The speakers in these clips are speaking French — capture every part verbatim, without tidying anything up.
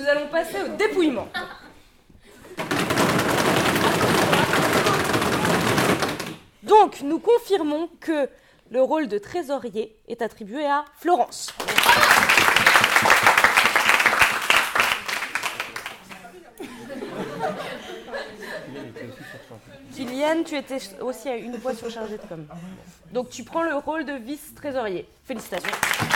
allons passer au dépouillement. Donc, nous confirmons que le rôle de trésorier est attribué à Florence. Kylian, tu étais aussi à une fois surchargé de com. Donc tu prends le rôle de vice-trésorier. Félicitations.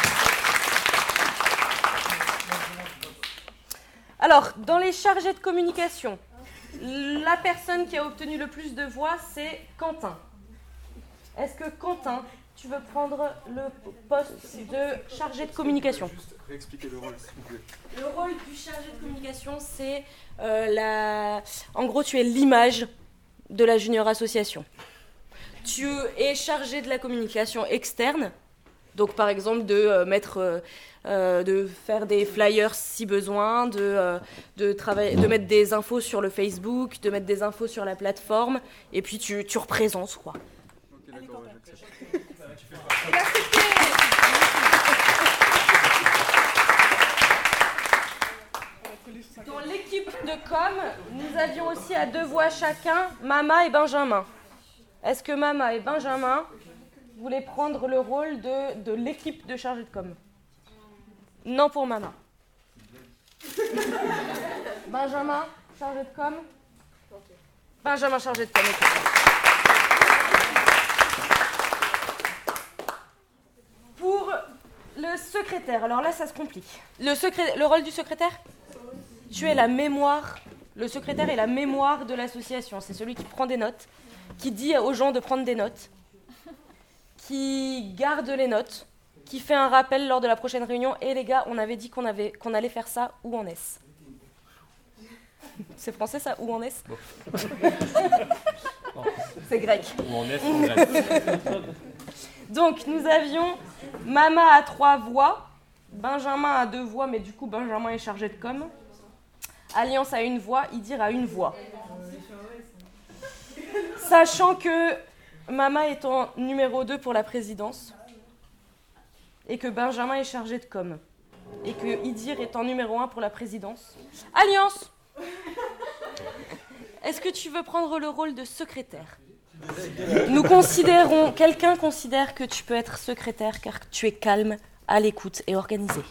Alors, dans les chargés de communication, la personne qui a obtenu le plus de voix, c'est Quentin. Est-ce que Quentin, tu veux prendre le poste de chargé de communication ? Juste réexpliquer le rôle, s'il vous plaît. Le rôle du chargé de communication, c'est euh, la... En gros, tu es l'image de la Junior Association. Tu es chargé de la communication externe, donc par exemple de euh, mettre, euh, euh, de faire des flyers si besoin, de, euh, de, travailler, de mettre des infos sur le Facebook, de mettre des infos sur la plateforme, et puis tu, tu représentes quoi. Ok, d'accord, ouais, j'accepte. Dans l'équipe de com, nous avions aussi à deux voix chacun Mama et Benjamin. Est-ce que Mama et Benjamin voulaient prendre le rôle de, de l'équipe de chargé de com ? Non pour Mama. Benjamin, chargé de com ? Benjamin, chargé de com. Pour le secrétaire, alors là ça se complique. Le, secré... le rôle du secrétaire ? Tu es la mémoire, le secrétaire est la mémoire de l'association. C'est celui qui prend des notes, qui dit aux gens de prendre des notes, qui garde les notes, qui fait un rappel lors de la prochaine réunion. Et les gars, on avait dit qu'on, avait, qu'on allait faire ça, où en est-ce ? C'est français ça, où en est-ce ? C'est grec. Où en est-ce en grec ? Donc nous avions Mama à trois voix, Benjamin à deux voix, mais du coup Benjamin est chargé de com'. Alliance à une voix, Idir à une voix. Sachant que Mama est en numéro deux pour la présidence et que Benjamin est chargé de com et que Idir est en numéro un pour la présidence. Alliance, est-ce que tu veux prendre le rôle de secrétaire ? Nous considérons, quelqu'un considère que tu peux être secrétaire car tu es calme, à l'écoute et organisé.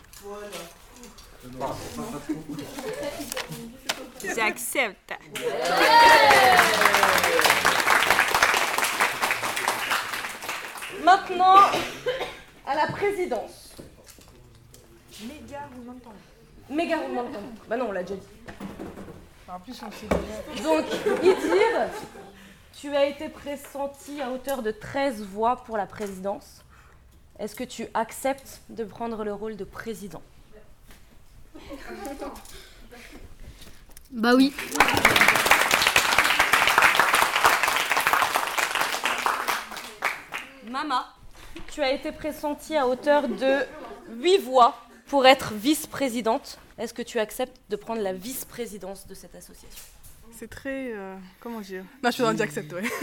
J'accepte. Maintenant, à la présidence. Méga roulement de tambour. Méga roulement de tambour. Bah non, on l'a déjà dit. En plus, on sait déjà. Donc, Idir, tu as été pressenti à hauteur de treize voix pour la présidence. Est-ce que tu acceptes de prendre le rôle de président ? Bah oui. Mama, tu as été pressentie à hauteur de huit voix pour être vice-présidente. Est-ce que tu acceptes de prendre la vice-présidence de cette association ? C'est très... Euh, comment dire ? Non, je suis dans le j'accepte, ouais.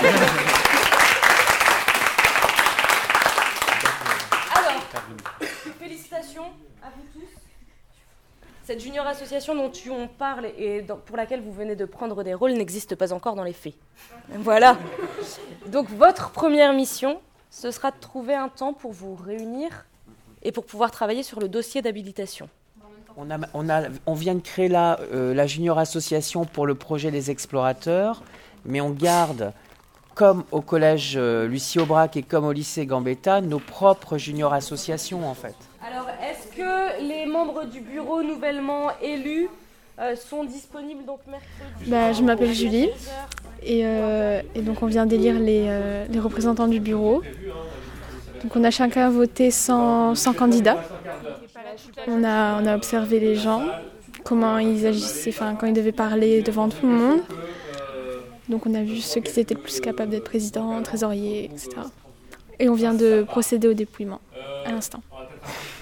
Alors, félicitations à vous tous. Cette junior association dont tu on parle et dans, pour laquelle vous venez de prendre des rôles n'existe pas encore dans les faits. Voilà. Donc votre première mission, ce sera de trouver un temps pour vous réunir et pour pouvoir travailler sur le dossier d'habilitation. On, a, on, a, on vient de créer là, euh, la junior association pour le projet des explorateurs, mais on garde, comme au collège euh, Lucie Aubrac et comme au lycée Gambetta, nos propres junior associations en fait. Alors, est-ce que les membres du bureau nouvellement élus euh, sont disponibles donc mercredi ? Bah, je m'appelle Julie et, euh, et donc on vient d'élire les, euh, les représentants du bureau. Donc on a chacun voté sans, sans candidat. On a, on a observé les gens, comment ils agissaient, enfin, quand ils devaient parler devant tout le monde. Donc on a vu ceux qui étaient le plus capables d'être président, trésorier, et cetera. Et on vient de procéder au dépouillement à l'instant.